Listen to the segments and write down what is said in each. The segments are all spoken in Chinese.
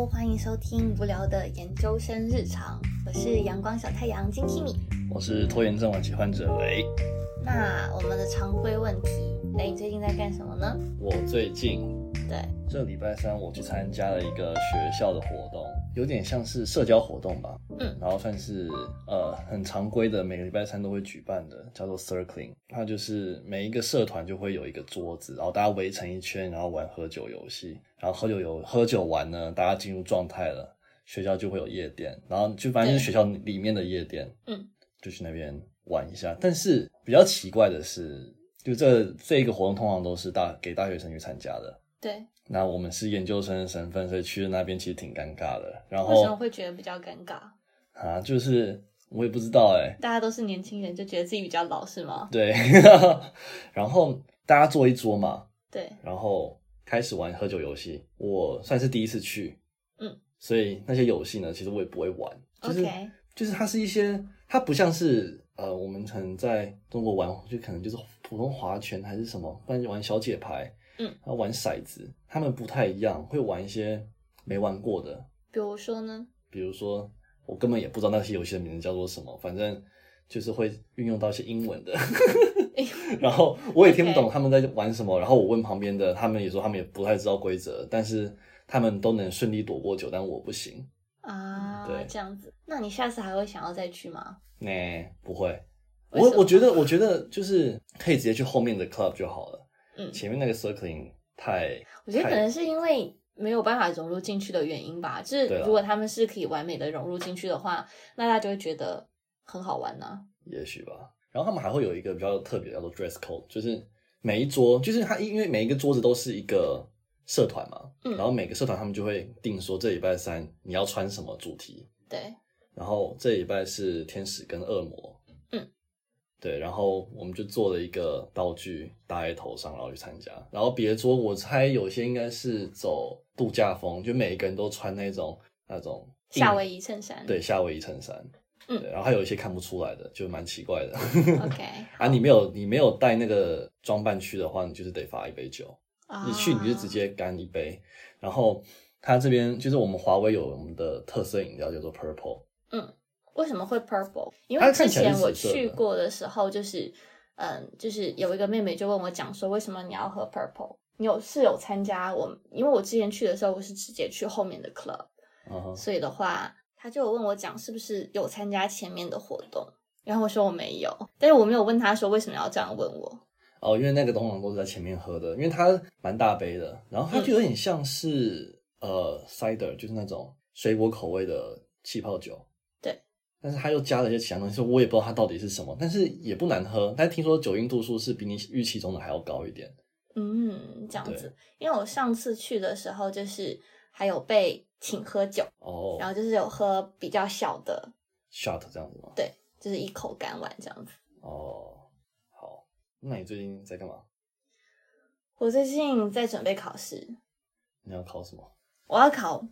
Hello， 欢迎收听无聊的研究生日常，我是阳光小太阳金 Kimi， 我是拖延症晚期患者雷。 那我们的常规问题，雷，你最近在干什么呢？ 我最近对， 这礼拜三我去参加了一个学校的活动，有点像是社交活动吧，然后算是很常规的，每个礼拜三都会举办的，叫做 Circling。它就是每一个社团就会有一个桌子，然后大家围成一圈，然后玩喝酒游戏，然后喝酒完呢，大家进入状态了，学校就会有夜店，然后就反正就是学校里面的夜店，就去那边玩一下。但是比较奇怪的是，就这一个活动通常都是给大学生去参加的。 对， 那我们是研究生的身份，所以去那边其实挺尴尬的。然后为什么会觉得比较尴尬啊？就是我也不知道大家都是年轻人，就觉得自己比较老是吗？ 对，然后大家坐一桌嘛， 对， 然后开始玩喝酒游戏。我算是第一次去，所以那些游戏呢，其实我也不会玩。就是它是一些，它不像是我们可能在中国玩，就可能就是普通划拳还是什么，不然就玩小姐牌。然后玩骰子，他们不太一样，会玩一些没玩过的。 比如说呢？ 比如说，我根本也不知道那些游戏的名字叫做什么，反正就是会运用到一些英文的。然后我也听不懂他们在玩什么，然后我问旁边的，他们也说他们也不太知道规则，但是他们都能顺利躲过酒，但我不行啊。 对， 这样子，那你下次还会想要再去吗？ 不会。我觉得就是可以直接去后面的 club 就好了。前面那个 circling 我觉得可能是因为没有办法融入进去的原因吧。就是如果他们是可以完美的融入进去的话，那大家就会觉得很好玩啊。 也许吧。然后他们还会有一个比较特别叫做 dress code， 就是每一桌，就是它因为每一个桌子都是一个社团嘛，然后每个社团他们就会定说这礼拜三你要穿什么主题。 对。 然后这礼拜是天使跟恶魔。对，然后我们就做了一个道具搭在头上，然后去参加。然后别桌我猜有些应该是走度假风，就每一个人都穿那种夏威夷衬衫。 对，夏威夷衬衫。对，然后还有一些看不出来的，就蛮奇怪的。 OK 啊，你没有带那个装扮去的话，你就是得罚一杯酒。你去你就直接干一杯。然后他这边就是我们华威有我们的特色饮料叫做 Purple。 为什么会 purple？ 因为之前我去过的时候，就是有一个妹妹就问我讲说，为什么你要喝 purple？ 你有参加因为我之前去的时候，我是直接去后面的 club，所以的话，她就有问我讲是不是有参加前面的活动，然后我说我没有，但是我没有问她说为什么要这样问我。 因为那个通常都是在前面喝的，因为它蛮大杯的，然后它就有点像是cider， 就是那种水果口味的气泡酒。但是他又加了一些其他东西，我也不知道它到底是什么，但是也不难喝。但是听说酒精度数是比你预期中的还要高一点。这样子。因为我上次去的时候，就是还有被请喝酒，然后就是有喝比较小的 shot 这样子吗？ 对，就是一口干完这样子。 好，那你最近在干嘛？ 我最近在准备考试。 你要考什么？ 我要考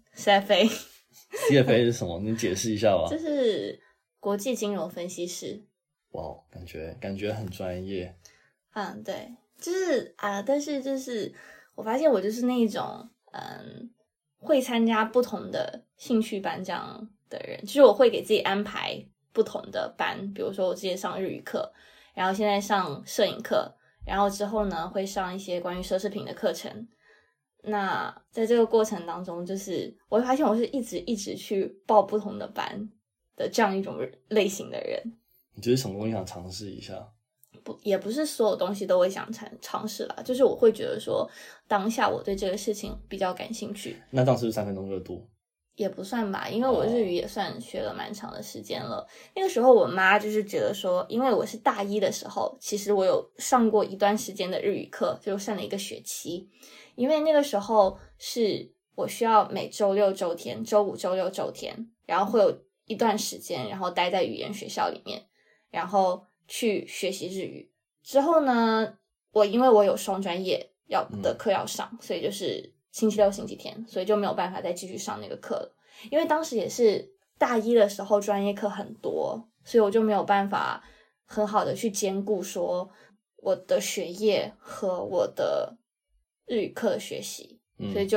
CFA。CFA 是什么？你解释一下吧。 就是国际金融分析师。 哇，感觉很专业。 对，就是但是就是我发现我就是那种会参加不同的兴趣班这样的人，就是我会给自己安排不同的班，比如说我之前上日语课，然后现在上摄影课，然后之后呢会上一些关于奢侈品的课程。那在这个过程当中，就是我会发现我是一直去报不同的班的这样一种类型的人。 你就是什么东西想尝试一下？ 也不是所有东西都会想尝试啦，就是我会觉得说当下我对这个事情比较感兴趣。 那这样是不是3分钟热度？ 也不算吧，因为我日语也算学了蛮长的时间了。那个时候我妈就是觉得说，因为我是大一的时候，其实我有上过一段时间的日语课，就上了1个学期。因为那个时候是我需要每周6周天，周5周6周天，然后会有一段时间，然后待在语言学校里面，然后去学习日语。之后呢，因为我有双专业的课要上，所以就是星期6星期天，所以就没有办法再继续上那个课了。因为当时也是大一的时候，专业课很多，所以我就没有办法很好的去兼顾说我的学业和我的日语课的学习，所以就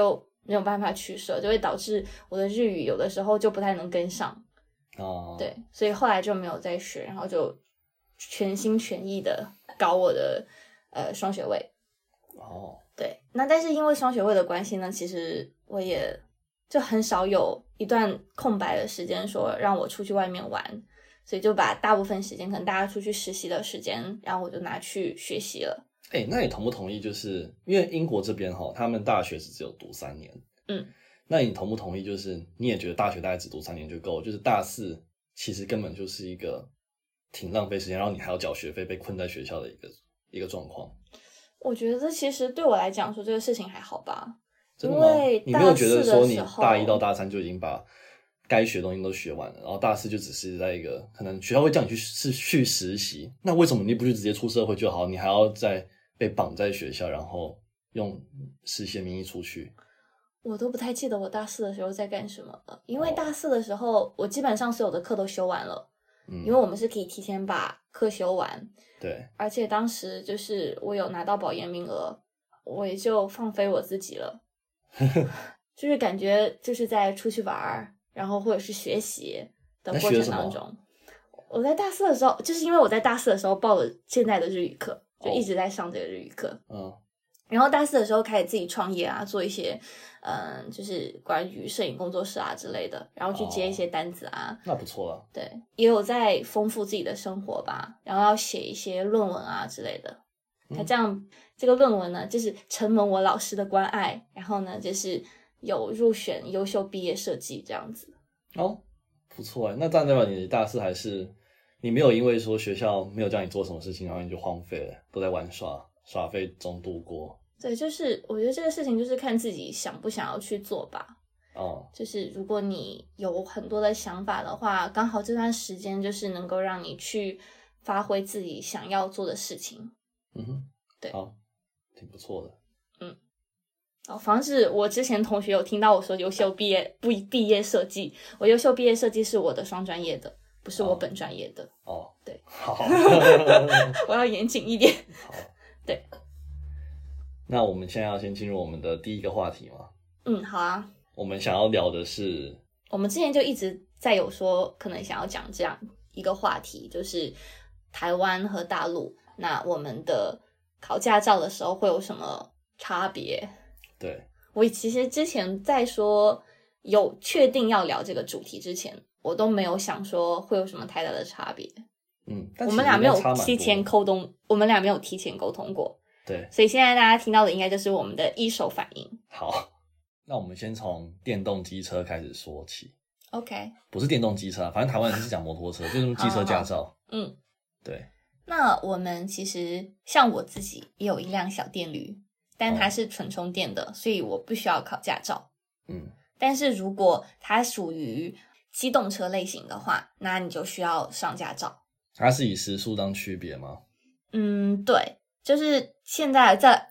没有办法取舍，就会导致我的日语有的时候就不太能跟上。对，所以后来就没有再学，然后就全心全意的搞我的双学位。对，那但是因为双学位的关系呢，其实我也就很少有一段空白的时间说让我出去外面玩，所以就把大部分时间可能大家出去实习的时间，然后我就拿去学习了。 那你同不同意，就是因为英国这边他们大学是只有读3年，那你同不同意，就是你也觉得大学大概只读3年就够了，就是大4其实根本就是一个挺浪费时间，然后你还要缴学费，被困在学校的一个状况？ 我觉得其实对我来讲说这个事情还好吧。 真的吗？你没有觉得说你大1到大3就已经把该学的东西都学完了，然后大4就只是在一个可能学校会叫你去实习，那为什么你不去直接出社会就好？你还要再被绑在学校，然后用实习的名义出去？ 我都不太记得我大4的时候在干什么了，因为大4的时候我基本上所有的课都修完了，因为我们是可以提前把课修完。 对， 而且当时就是我有拿到保研名额，我也就放飞我自己了。就是感觉就是在出去玩，然后或者是学习的过程当中，我在大4的时候，就是因为我在大4的时候报了现在的日语课，就一直在上这个日语课。然后大4的时候开始自己创业啊，做一些就是关于摄影工作室啊之类的，然后去接一些单子啊。 那不错了。 对，也有在丰富自己的生活吧，然后要写一些论文啊之类的。那这样这个论文呢，就是承蒙我老师的关爱，然后呢就是有入选优秀毕业设计这样子。 不错那这样代表你大4还是你没有因为说学校没有叫你做什么事情，然后你就荒废了，都在玩耍废中度过。 对，就是我觉得这个事情就是看自己想不想要去做吧。就是如果你有很多的想法的话，刚好这段时间就是能够让你去发挥自己想要做的事情。对， 好，挺不错的。 防止我之前同学有听到我说优秀毕业设计，我优秀毕业设计是我的双专业的，不是我本专业的。对， 好， 我要严谨一点。 好， 对。 那我们现在要先进入我们的第一个话题吗？ 好啊。 我们想要聊的是， 我们之前就一直在有说可能想要讲这样一个话题，就是台湾和大陆，那我们的考驾照的时候会有什么差别？ 对， 我其实之前在说有确定要聊这个主题之前，我都没有想说会有什么太大的差别。我们俩没有提前沟通过。 对， 所以现在大家听到的应该就是我们的一手反应。 好，那我们先从电动机车开始说起。 OK， 不是电动机车，反正台湾人是讲摩托车，就是机车驾照。对。 那我们其实像我自己也有一辆小电驴，但它是纯充电的，所以我不需要考驾照。但是如果它属于机动车类型的话，那你就需要上驾照。 它是以时速当区别吗？ 对，就是现在在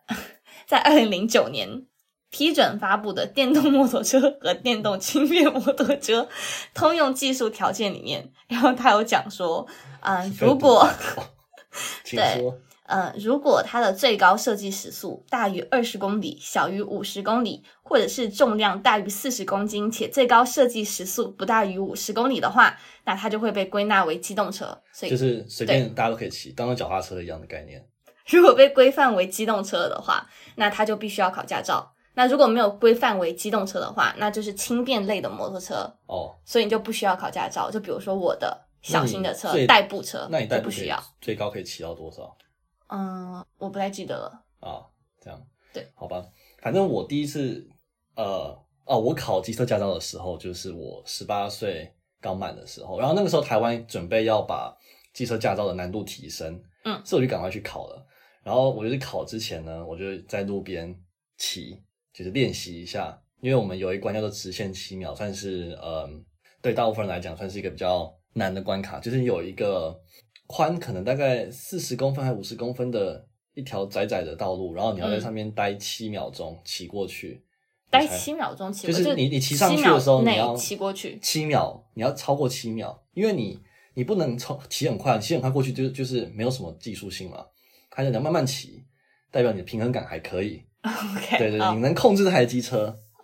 2009年批准发布的电动摩托车和电动轻便摩托车通用技术条件里面，然后他有讲说，如果请说。 如果它的最高设计时速大于20公里，小于50公里，或者是重量大于40公斤，且最高设计时速不大于50公里的话，那它就会被归纳为机动车。所以就是随便大家都可以骑，当做脚踏车一样的概念。 如果被规范为机动车的话，那它就必须要考驾照。那如果没有规范为机动车的话，那就是轻便类的摩托车。所以你就不需要考驾照。就比如说我的小型的车，代步车， 那你代步就不需要。 最高可以骑到多少？ 我不太记得了。 这样。 对， 好吧。反正我第一次我考机车驾照的时候，就是我18岁刚满的时候，然后那个时候台湾准备要把机车驾照的难度提升，所以我就赶快去考了。然后我就是考之前呢，我就在路边骑，就是练习一下，因为我们有一关叫做直线7秒，算是对大部分人来讲算是一个比较难的关卡，就是有一个宽可能大概40公分还50公分的一条窄窄的道路，然后你要在上面待7秒钟骑过去。 待7秒钟骑过去， 就是你骑上去的时候你要骑过去 7秒，你要超过7秒，因为你不能骑很快，骑很快过去就是没有什么技术性嘛，它就你要慢慢骑，代表你的平衡感还可以。 OK， 对，你能控制这台机车。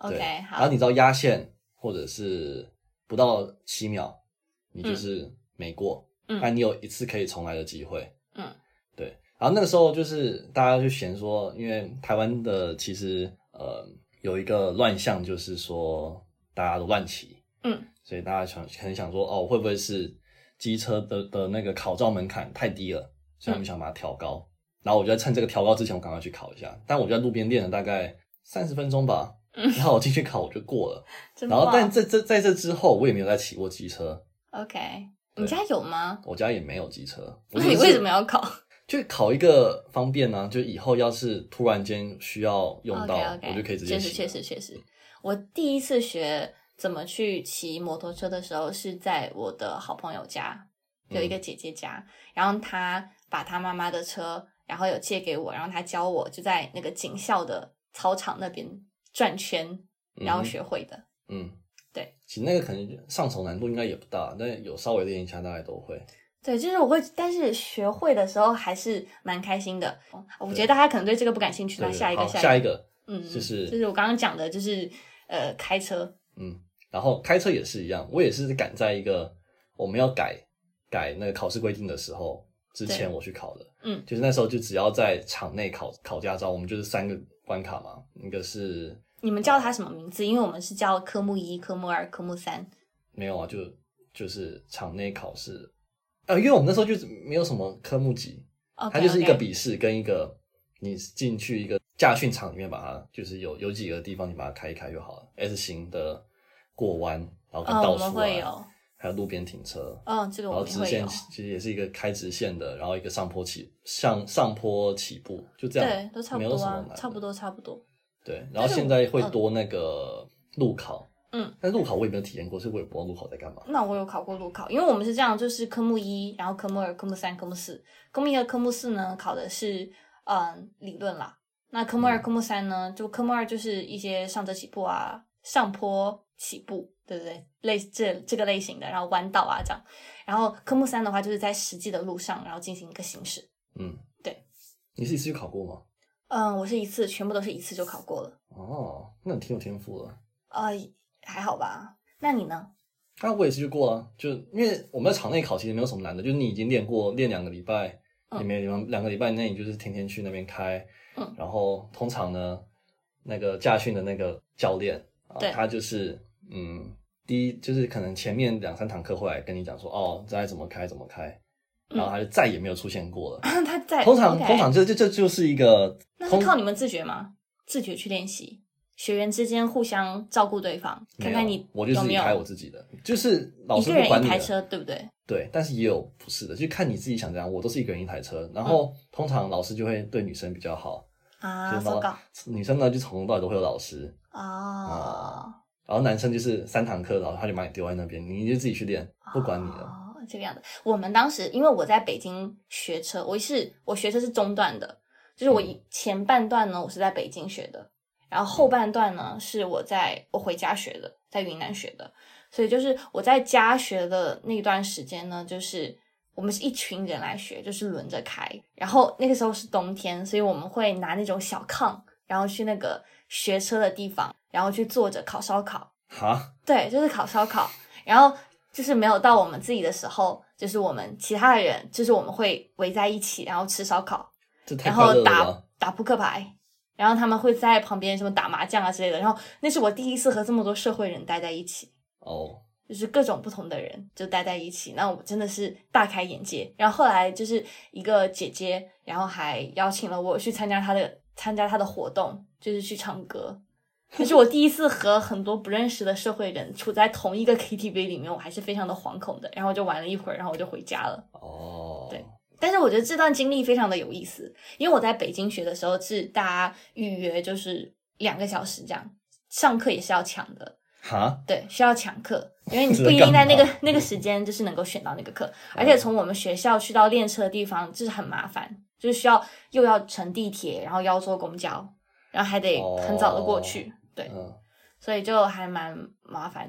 OK， 好。 然后你知道压线或者是不到7秒，你就是没过，你有一次可以重来的机会。对。然后那个时候就是大家就嫌说，因为台湾的其实有一个乱象，就是说大家都乱骑，所以大家很想说，会不会是机车的那个考照门槛太低了，所以他们想把它调高。然后我就在趁这个调高之前，我赶快去考一下。但我就在路边练了大概30分钟吧，然后我进去考我就过了。然后但在这之后，我也没有再骑过机车。 OK， 你家有吗？ 我家也没有机车。 那你为什么要考？ 就考一个方便啊，就以后要是突然间需要用到， okay. 我就可以直接骑。 确实，我第一次学怎么去骑摩托车的时候，是在我的好朋友家，有一个姐姐家，然后她把她妈妈的车，然后有借给我，然后她教我就在那个警校的操场那边转圈，然后学会的。对， 其实那个可能上手难度应该也不大，但有稍微练一下大概都会。 对，就是我会，但是学会的时候还是蛮开心的。我觉得大家可能对这个不感兴趣，那下一个，就是我刚刚讲的，就是开车。 然后开车也是一样，我也是赶在一个我们要改那个考试规定的时候之前我去考的。就是那时候就只要在场内考驾照，我们就是3个关卡嘛，一个是你们叫它什么名字？因为我们是叫科目1、科目2、科目3。 没有啊，就是场内考试。因为我们那时候就是没有什么科目级，它就是一个笔试跟一个你进去一个驾训场里面把它就是有几个地方你把它开一开就好了。S 型的过弯，然后跟倒数啊，还有路边停车。 这个我们会有。然后直线其实也是一个开直线的，然后一个上坡起步，就这样。 对，都差不多啊， 没有什么难的， 差不多。 对，然后现在会多那个路考。但是路考我也没有体验过，所以我也不知道路考在干嘛。 那我有考过路考，因为我们是这样，就是科目1，然后科目2、科目3、科目4。科目1和科目4呢，考的是理论啦。那科目2、科目3呢，就科目2就是一些上车起步啊、上坡起步，对不对？类似这个类型的，然后弯道啊这样。然后科目3的话，就是在实际的路上，然后进行一个行驶。对。 你是一次就考过吗？ 我是全部都是一次就考过了。 那你挺有天赋的。 还好吧，那你呢？ 我也是就过了，就因为我们在场内考其实没有什么难的，就是你已经练2个礼拜，你没有2个礼拜内你就是天天去那边开，然后通常呢，那个驾训的那个教练他就是第一就是可能前面2-3堂课会来跟你讲说再怎么开，然后他就再也没有出现过了。 他通常这就是一个， 那是靠你们自觉吗？自觉去练习。学员之间互相照顾对方，看看你我就自己开我自己的，就是老师不管你的， 一个人一台车，对不对？ 对，但是也有不是的，就看你自己想怎样。我都是一个人一台车，然后通常老师就会对女生比较好就是女生呢就从头到尾都会有老师然后男生就是3堂课，然后他就把你丢在那边，你就自己去练，不管你了。 这个样子。我们当时因为我在北京学车，我学车是中段的，就是我前半段呢我是在北京学的。然后后半段呢，是我回家学的，在云南学的，所以就是我在家学的那段时间呢，就是我们是一群人来学，就是轮着开。然后那个时候是冬天，所以我们会拿那种小炕，然后去那个学车的地方，然后去坐着烤烧烤。对，就是烤烧烤。然后就是没有到我们自己的时候，就是我们其他的人，就是我们会围在一起，然后吃烧烤， 然后打扑克牌。然后他们会在旁边什么打麻将啊之类的，然后那是我第一次和这么多社会人待在一起就是各种不同的人就待在一起，那我真的是大开眼界。然后后来就是一个姐姐，然后还邀请了我去参加她的活动，就是去唱歌。可是我第一次和很多不认识的社会人处在同一个 KTV 里面，我还是非常的惶恐的。然后就玩了一会儿，然后我就回家了。对。但是我觉得这段经历非常的有意思，因为我在北京学的时候是大家预约就是2个小时这样，上课也是要抢的。对，需要抢课，因为你不一定在那个时间就是能够选到那个课，而且从我们学校去到练车的地方就是很麻烦，就是需要又要乘地铁，然后要坐公交，然后还得很早的过去。对，所以就还蛮麻烦的。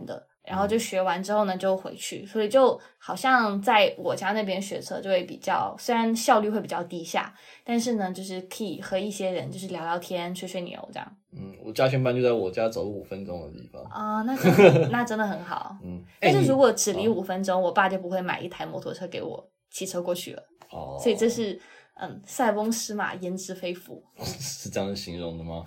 然后就学完之后呢就回去，所以就好像在我家那边学车就会比较，虽然效率会比较低下，但是呢就是可以和一些人就是聊聊天吹吹牛这样。 我驾训班就在我家走路5分钟的地方啊，那真的很好。但是如果只离5分钟，我爸就不会买一台摩托车给我骑车过去了。所以这是塞翁失马焉知非福。 是这样形容的吗？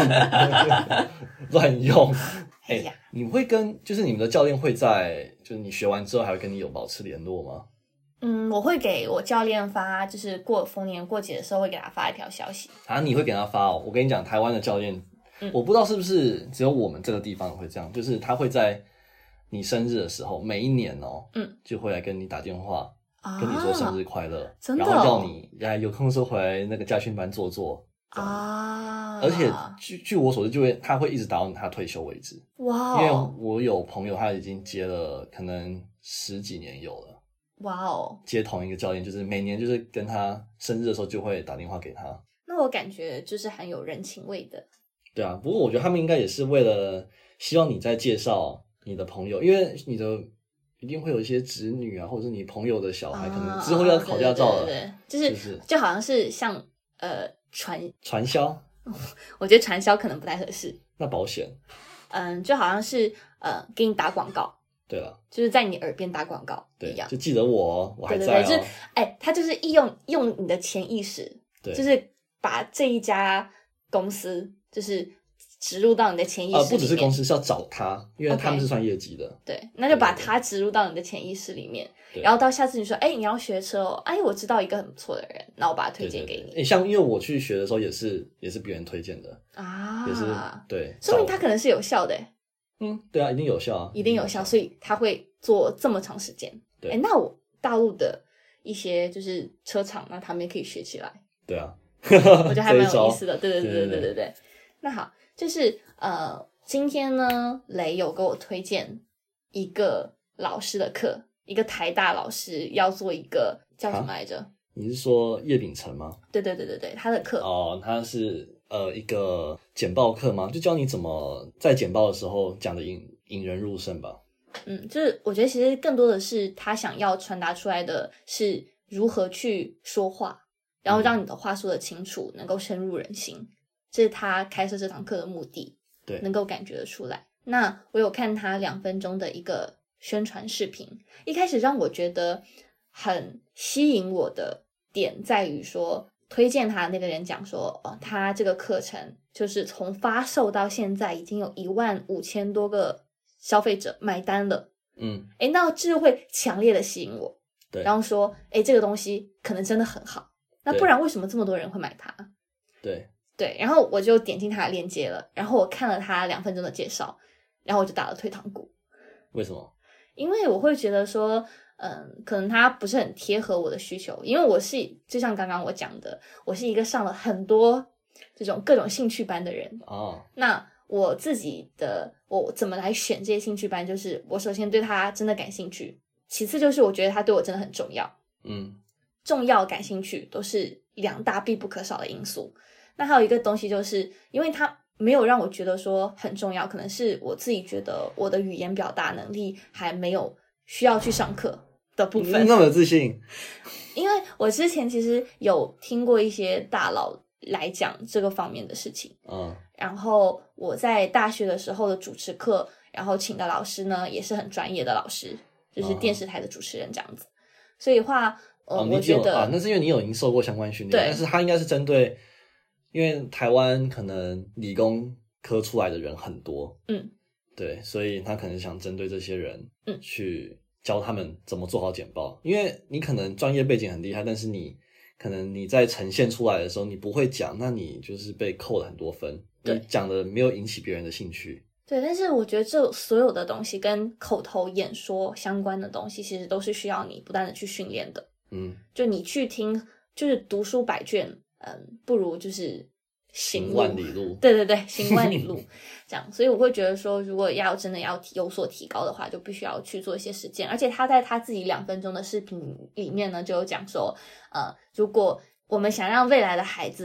乱用。你会跟就是你们的教练会在就是你学完之后还会跟你有保持联络吗？ 我会给我教练发，就是过逢年过节的时候会给他发一条消息。 你会给他发哦？我跟你讲，台湾的教练，我不知道是不是只有我们这个地方会这样，就是他会在你生日的时候，每一年就会来跟你打电话，跟你说生日快乐， 真的然后要你有空的时候回来那个驾训班坐坐。而且据我所知，他会一直打到他退休为止。 哇！ 因为我有朋友他已经接了可能10几年有了。 哇哦！ 接同一个教练，就是每年就是跟他生日的时候就会打电话给他。 那我感觉就是很有人情味的。 对啊，不过我觉得他们应该也是为了希望你在介绍你的朋友，因为你的一定会有一些子女啊，或者是你朋友的小孩，可能之后要考驾照了。 对，就好像是像传销， 我觉得传销可能不太合适。 那保险， 就好像是给你打广告。 对了， 就是在你耳边打广告一样， 就记得我还在。 对，就是他就是用你的潜意识，就是把这一家公司就是植入到你的潜意识里面。 不只是公司，是要找他，因为他们是算业绩的。 对，那就把他植入到你的潜意识里面，然后到下次你说，你要学车哦，我知道一个很不错的人，那我把他推荐给你。 像因为我去学的时候也是别人推荐的也是对， 说明他可能是有效的。 对啊，一定有效啊， 一定有效，所以他会做这么长时间。 对， 那我大陆的一些就是车厂，那他们也可以学起来。 对啊， 我觉得还蛮有意思的。对。那好，就是今天呢，雷有给我推荐一个老师的课，一个台大老师要做一个叫什么来着？ 你是说叶秉成吗？ 对，他的课他是一个简报课吗？就教你怎么在简报的时候讲的引人入胜吧。 就是我觉得其实更多的是他想要传达出来的是如何去说话，然后让你的话说得清楚，能够深入人心，这是他开设这堂课的目的。 对， 能够感觉得出来。那我有看他2分钟的一个宣传视频，一开始让我觉得很吸引我的点在于说，推荐他的那个人讲说，他这个课程就是从发售到现在已经有15000多个消费者买单了。那这就会强烈的吸引我。 对， 然后说，这个东西可能真的很好，那不然为什么这么多人会买它？对，然后我就点进他的链接了，然后我看了他2分钟的介绍，然后我就打了退堂鼓。 为什么？ 因为我会觉得说，可能他不是很贴合我的需求，因为我是就像刚刚我讲的，我是一个上了很多这种各种兴趣班的人。那我自己的我怎么来选这些兴趣班，就是我首先对他真的感兴趣，其次就是我觉得他对我真的很重要。重要感兴趣都是2大必不可少的因素。那还有一个东西就是因为他没有让我觉得说很重要，可能是我自己觉得我的语言表达能力还没有需要去上课的部分。 那么有自信？ 因为我之前其实有听过一些大佬来讲这个方面的事情。然后我在大学的时候的主持课，然后请的老师呢也是很专业的老师，就是电视台的主持人这样子。所以话我觉得那是因为你已经受过相关训练，但是他应该是针对，因为台湾可能理工科出来的人很多，对，所以他可能想针对这些人，去教他们怎么做好简报。因为你可能专业背景很厉害，但是可能你在呈现出来的时候你不会讲，那你就是被扣了很多分，你讲的没有引起别人的兴趣。 对，但是我觉得这所有的东西跟口头演说相关的东西，其实都是需要你不断的去训练的。就你去听，就是读书百卷，不如就是行万里路。 对，行万里路这样。所以我会觉得说，如果真的要有所提高的话，就必须要去做一些实践。而且他在他自己2分钟的视频里面呢，就有讲说，如果我们想让未来的孩子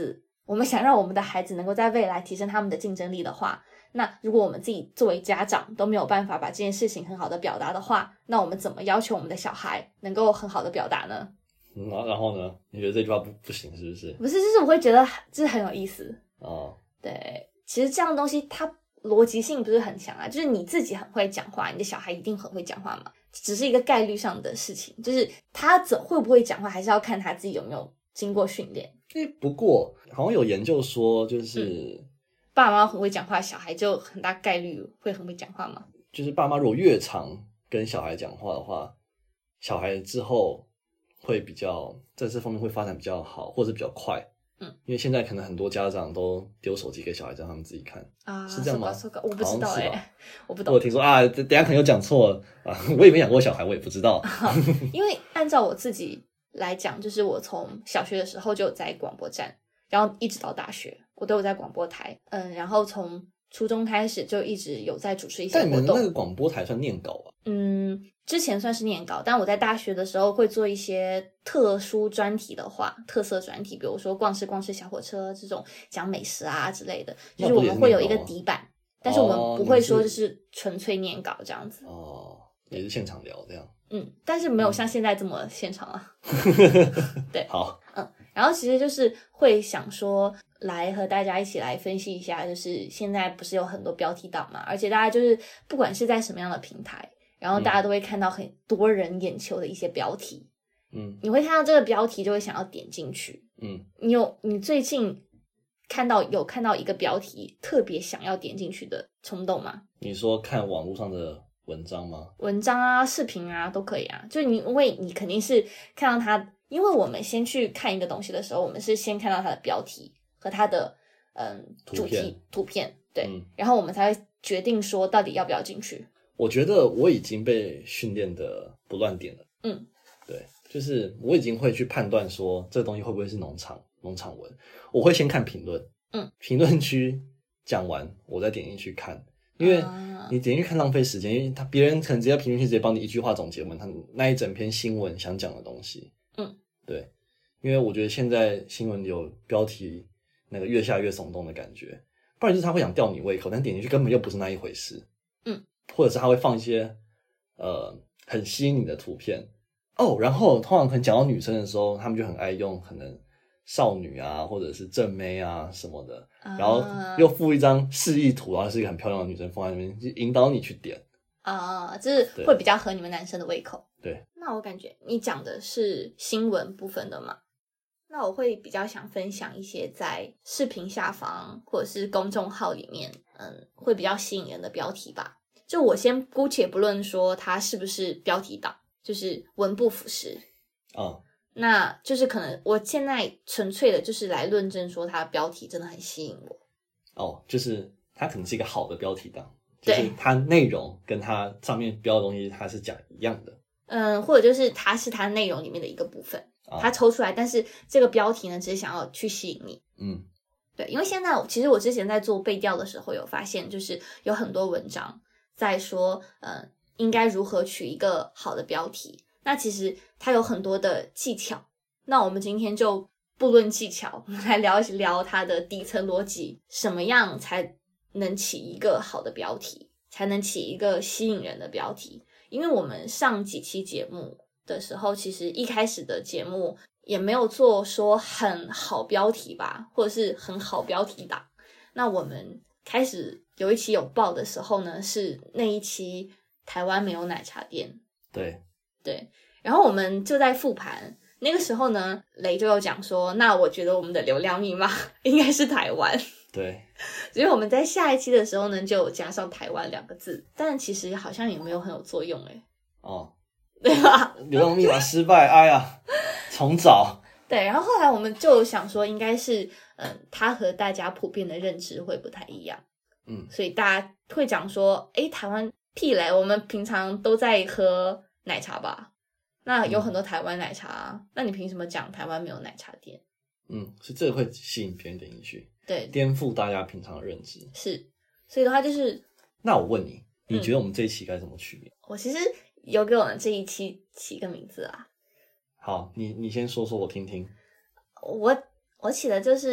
我们想让我们的孩子能够在未来提升他们的竞争力的话，那如果我们自己作为家长都没有办法把这件事情很好的表达的话，那我们怎么要求我们的小孩能够很好的表达呢？ 然后呢？你觉得这句话不行是不是？ 不是，就是我会觉得这很有意思哦。 对，其实这样的东西它逻辑性不是很强啊，就是你自己很会讲话，你的小孩一定很会讲话嘛，只是一个概率上的事情，就是他会不会讲话还是要看他自己有没有经过训练。 不过好像有研究说，就是爸妈很会讲话，小孩就很大概率会很会讲话嘛。 就是爸妈如果越常跟小孩讲话的话，小孩之后会比较在这方面会发展比较好，或者比较快。因为现在可能很多家长都丢手机给小孩让他们自己看啊，是这样吗？ 我不知道我不懂。 我听说啊，等一下可能有讲错了啊，我也没养过小孩，我也不知道。 因为按照我自己来讲，就是我从小学的时候就有在广播站，然后一直到大学，我都有在广播台。然后从初中开始就一直有在主持一些活动。 但你们那个广播台算念稿吧？ 之前算是念稿，但我在大学的时候会做一些特殊专题的话，特色专题，比如说逛吃小火车这种讲美食啊之类的，就是我们会有一个底板，但是我们不会说就是纯粹念稿这样子。 也是现场聊这样。 但是没有像现在这么现场啊。对， 好， 然后其实就是会想说来和大家一起来分析一下，就是现在不是有很多标题党嘛，而且大家就是不管是在什么样的平台，然后大家都会看到很多人眼球的一些标题，你会看到这个标题就会想要点进去，你最近看到一个标题特别想要点进去的冲动吗？ 你说看网络上的文章吗？ 文章啊，视频啊都可以啊，就因为你肯定是看到它，因为我们先去看一个东西的时候，我们是先看到它的标题和它的主题图片，对，然后我们才会决定说到底要不要进去。 我觉得我已经被训练的不乱点了。对，就是我已经会去判断说这个东西会不会是农场文，我会先看评论，评论区讲完我再点进去看，因为你点进去看浪费时间，因为别人可能直接评论区直接帮你一句话总结完他那一整篇新闻想讲的东西。对，因为我觉得现在新闻有标题那个越下越耸动的感觉，不然就是他会想吊你胃口，但点进去根本又不是那一回事。或者是他会放一些很吸引你的图片然后通常可能讲到女生的时候，他们就很爱用可能少女啊或者是正妹啊什么的，然后又附一张示意图，然后是一个很漂亮的女生放在那边，就引导你去点就是会比较合你们男生的胃口。 对， 那我感觉你讲的是新闻部分的嘛，那我会比较想分享一些在视频下方或者是公众号里面会比较吸引人的标题吧。就我先姑且不论说它是不是标题党，就是文不符实那就是可能我现在纯粹的就是来论证说它的标题真的很吸引我就是它可能是一个好的标题党，就是它内容跟它上面标的东西它是讲一样的或者就是它是它内容里面的一个部分它抽出来，但是这个标题呢只是想要去吸引你对，因为现在其实我之前在做背调的时候有发现，就是有很多文章在说应该如何取一个好的标题，那其实它有很多的技巧，那我们今天就不论技巧，我们来聊一聊它的底层逻辑，什么样才能起一个好的标题，才能起一个吸引人的标题。因为我们上几期节目的时候，其实一开始的节目也没有做说很好标题吧，或者是很好标题党，那我们开始有一期有报的时候呢，是那一期台湾没有奶茶店。对，然后我们就在复盘，那个时候呢，雷就有讲说，那我觉得我们的流量密码应该是台湾。 对， 所以我们在下一期的时候呢，就有加上台湾2个字，但其实好像也没有很有作用对吧？ 流量密码失败，哎呀，重找。 对，然后后来我们就想说，应该是它和大家普遍的认知会不太一样，所以大家会讲说，台湾屁嘞，我们平常都在喝奶茶吧？那有很多台湾奶茶那你凭什么讲台湾没有奶茶店？ 是这个会吸引别人点进去， 对， 颠覆大家平常的认知。 是，所以的话就是， 那我问你，你觉得我们这一期该怎么取名？ 我其实有给我们这一期起个名字啊。 好，你先说说我听听。 我起的就是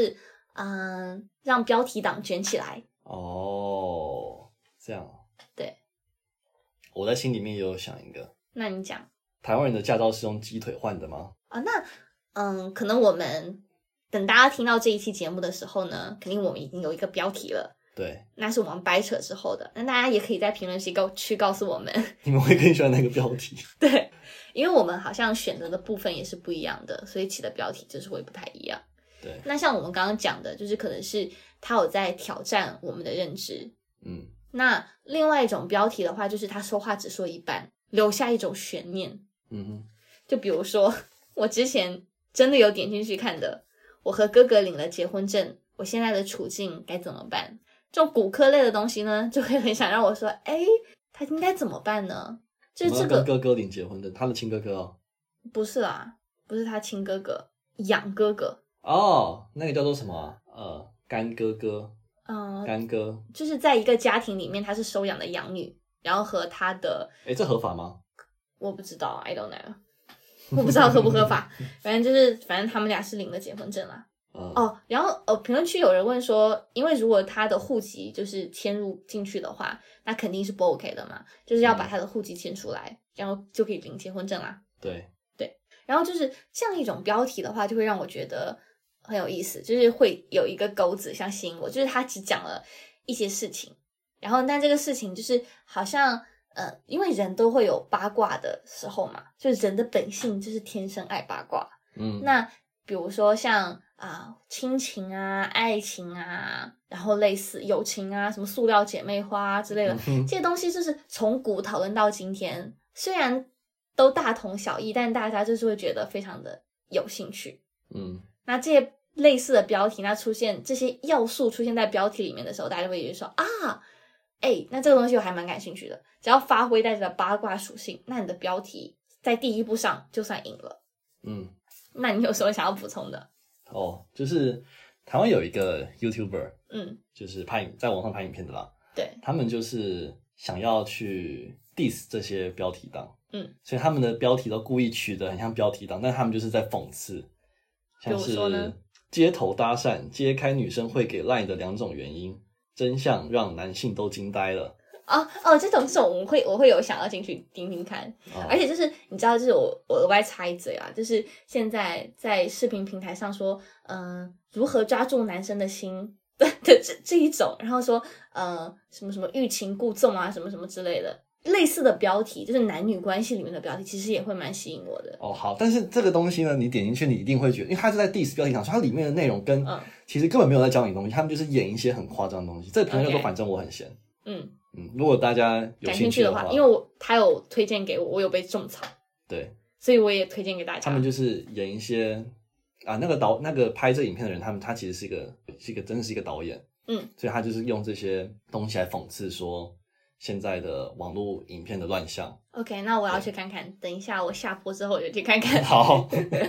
让标题党卷起来。 哦，这样。 对， 我在心里面也有想一个。 那你讲。 台湾人的驾照是用鸡腿换的吗？ 那可能我们等大家听到这一期节目的时候呢，肯定我们已经有一个标题了。 对， 那是我们掰扯之后的。那大家也可以在评论区告诉我们， 你们会更喜欢哪个标题？ 对，因为我们好像选择的部分也是不一样的，所以起的标题就是会不太一样。 对， 那像我们刚刚讲的，就是可能是他有在挑战我们的认知。那另外一种标题的话，就是他说话只说一半，留下一种悬念。就比如说我之前真的有点进去看的，我和哥哥领了结婚证，我现在的处境该怎么办？这种骨科类的东西呢，就会很想让我说，他应该怎么办呢？就是这个跟哥哥领结婚证，他的亲哥哥哦？ 不是啦，不是他亲哥哥，养哥哥。 哦，那个叫做什么干哥哥。干哥就是在一个家庭里面，他是收养的养女，然后和他的这合法吗？ 我不知道 I don't know 我不知道合不合法反正他们俩是领了结婚证啦。然后评论区有人问说，因为如果他的户籍就是迁入进去的话，那肯定是不 OK 的嘛，就是要把他的户籍迁出来，然后就可以领结婚证啦。 对， 然后就是这样一种标题的话，就会让我觉得很有意思，就是会有一个钩子像吸引我，就是他只讲了一些事情，然后但这个事情就是好像因为人都会有八卦的时候嘛，就是人的本性就是天生爱八卦。那比如说像亲情啊、爱情啊，然后类似友情啊，什么塑料姐妹花之类的，这些东西就是从古讨论到今天，虽然都大同小异，但大家就是会觉得非常的有兴趣。那这些类似的标题，那出现这些要素出现在标题里面的时候，大家就会觉得说那这个东西我还蛮感兴趣的，只要发挥带着八卦属性，那你的标题在第一步上就算赢了。那你有什么想要补充的？ 就是台湾有一个 YouTuber，就是在网上拍影片的啦。对，他们就是想要去 diss 这些标题党。所以他们的标题都故意取得很像标题党，但他们就是在讽刺，像是街头搭讪揭开女生会给 LINE 的2种原因，真相让男性都惊呆了。 这种我会有想要进去听听看。而且就是你知道，就是我额外插一嘴啊，就是现在在视频平台上说如何抓住男生的心的这一种，然后说什么什么欲擒故纵啊，什么什么之类的类似的标题，就是男女关系里面的标题，其实也会蛮吸引我的。 好，但是这个东西呢，你点进去你一定会觉得，因为它是在 diss 标题上，所以它里面的内容跟其实根本没有在教你东西，他们就是演一些很夸张的东西。这个评论叫做反正我很闲。如果大家有兴趣的话， 因为他有推荐给我，我有被种草， 对， 所以我也推荐给大家。 他们就是演一些那个拍这影片的人，他其实是一个真的是一个导演，所以他就是用这些东西来讽刺说现在的网络影片的乱象。 OK， 那我要去看看，等一下我下播之后我就去看看。 好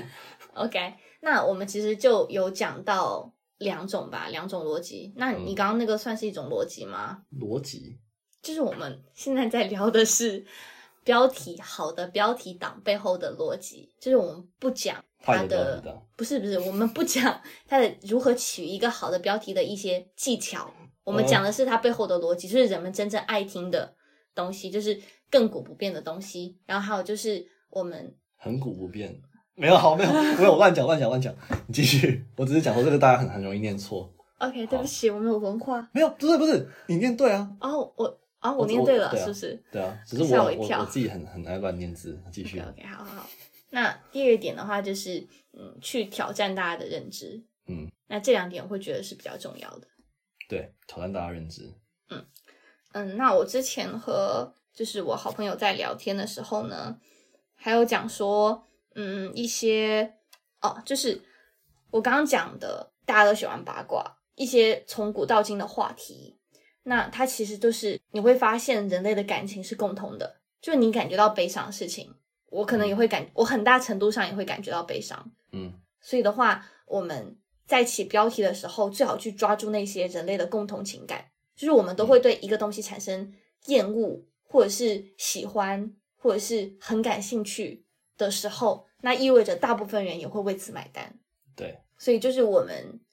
OK， 那我们其实就有讲到2种逻辑。那你刚刚那个算是一种逻辑吗？ 逻辑就是我们现在在聊的是好的标题党背后的逻辑，就是我们不讲它的不是我们不讲它的如何取一个好的标题的一些技巧，我们讲的是它背后的逻辑，就是人们真正爱听的东西，就是亘古不变的东西。然后还有就是我们亘古不变，没有我乱讲，你继续。我只是讲说这个大家很容易念错。 OK， 对不起，我没有文化。 没有，不是，你念对啊。 我念对了，是不是？ 对啊，只是我自己很爱乱念字。继续。 OK， 好。那第二点的话就是去挑战大家的认知。那这2点我会觉得是比较重要的。 对，挑战大家认知。 那我之前和就是我好朋友在聊天的时候呢，还有讲说一些就是我刚刚讲的大家都喜欢八卦，一些从古到今的话题，那它其实就是你会发现人类的感情是共同的，就你感觉到悲伤的事情，我可能也会我很大程度上也会感觉到悲伤。所以的话，我们在起标题的时候最好去抓住那些人类的共同情感，就是我们都会对一个东西产生厌恶或者是喜欢或者是很感兴趣的时候，那意味着大部分人也会为此买单。 对， 所以就是我们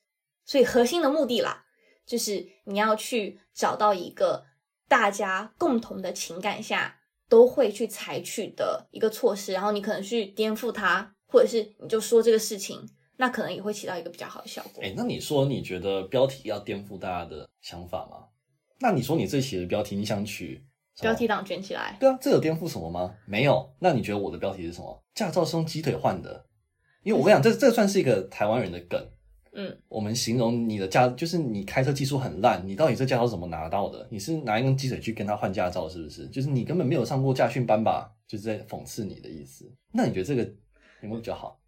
所以核心的目的啦，就是你要去找到一个大家共同的情感下都会去采取的一个措施，然后你可能去颠覆它，或者是你就说这个事情，那可能也会起到一个比较好的效果。 那你说你觉得标题要颠覆大家的想法吗？那你说你这期的标题你想取标题党卷起来？ 对啊，这有颠覆什么吗？没有。那你觉得我的标题是什么？驾照是用鸡腿换的。因为我跟你讲，这算是一个台湾人的梗。我们形容你的就是你开车技术很烂，你到底这驾照怎么拿到的？你是拿一根鸡腿去跟他换驾照是不是？就是你根本没有上过驾训班吧？就是在讽刺你的意思。那你觉得这个有没有比较好？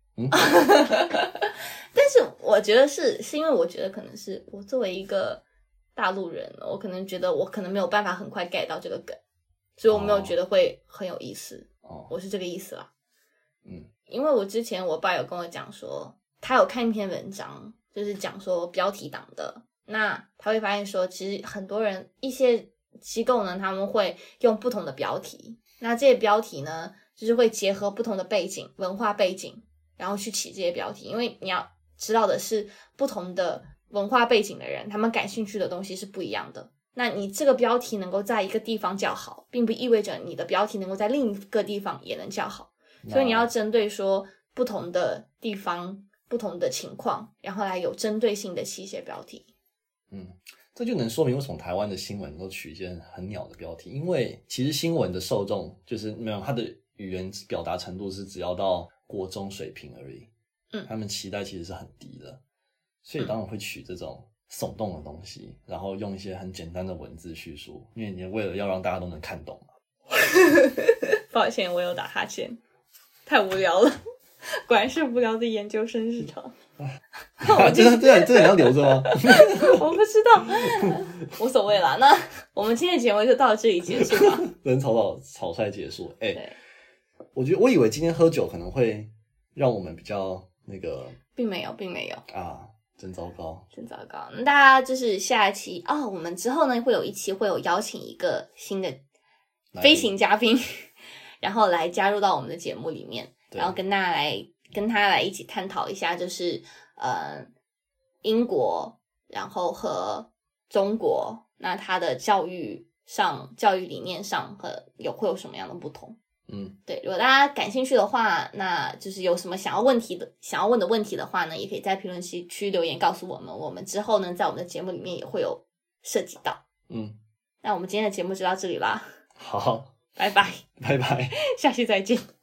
但是我觉得是因为我觉得可能是我作为一个大陆人，我可能觉得我可能没有办法很快 get 到这个梗，所以我没有觉得会很有意思。我是这个意思啦。因为我之前我爸有跟我讲说，他有看一篇文章，就是讲说标题党的，那他会发现说，其实很多人一些机构呢，他们会用不同的标题，那这些标题呢，就是会结合不同的背景、文化背景，然后去起这些标题。因为你要知道的是，不同的文化背景的人，他们感兴趣的东西是不一样的。那你这个标题能够在一个地方叫好，并不意味着你的标题能够在另一个地方也能叫好。所以你要针对说不同的地方、不同的情况，然后来有针对性的起一些标题。 这就能说明为什么台湾的新闻都取一些很鸟的标题，因为其实新闻的受众就是没有它的语言表达程度是只要到国中水平而已。他们期待其实是很低的，所以当然会取这种耸动的东西，然后用一些很简单的文字叙述，因为你为了要让大家都能看懂嘛。 抱歉，我有打哈欠，太无聊了，果然是无聊的研究生日常。 这你要留着吗？ 我不知道，无所谓啦。那我们今天的节目就到这里结束吧。 人草率结束。我以为今天喝酒可能会让我们比较那个， 并没有啊，真糟糕。 那大家就是下一期我们之后呢会有一期会有邀请一个新的飞行嘉宾，然后来加入到我们的节目里面，然后跟他来一起探讨一下，就是英国然后和中国，那它的教育理念上会有什么样的不同。对，如果大家感兴趣的话，那就是有什么想要问的问题的话呢，也可以在评论区留言告诉我们，我们之后呢在我们的节目里面也会有涉及到。那我们今天的节目就到这里啦。 好， 拜拜， 拜拜， 下期再见。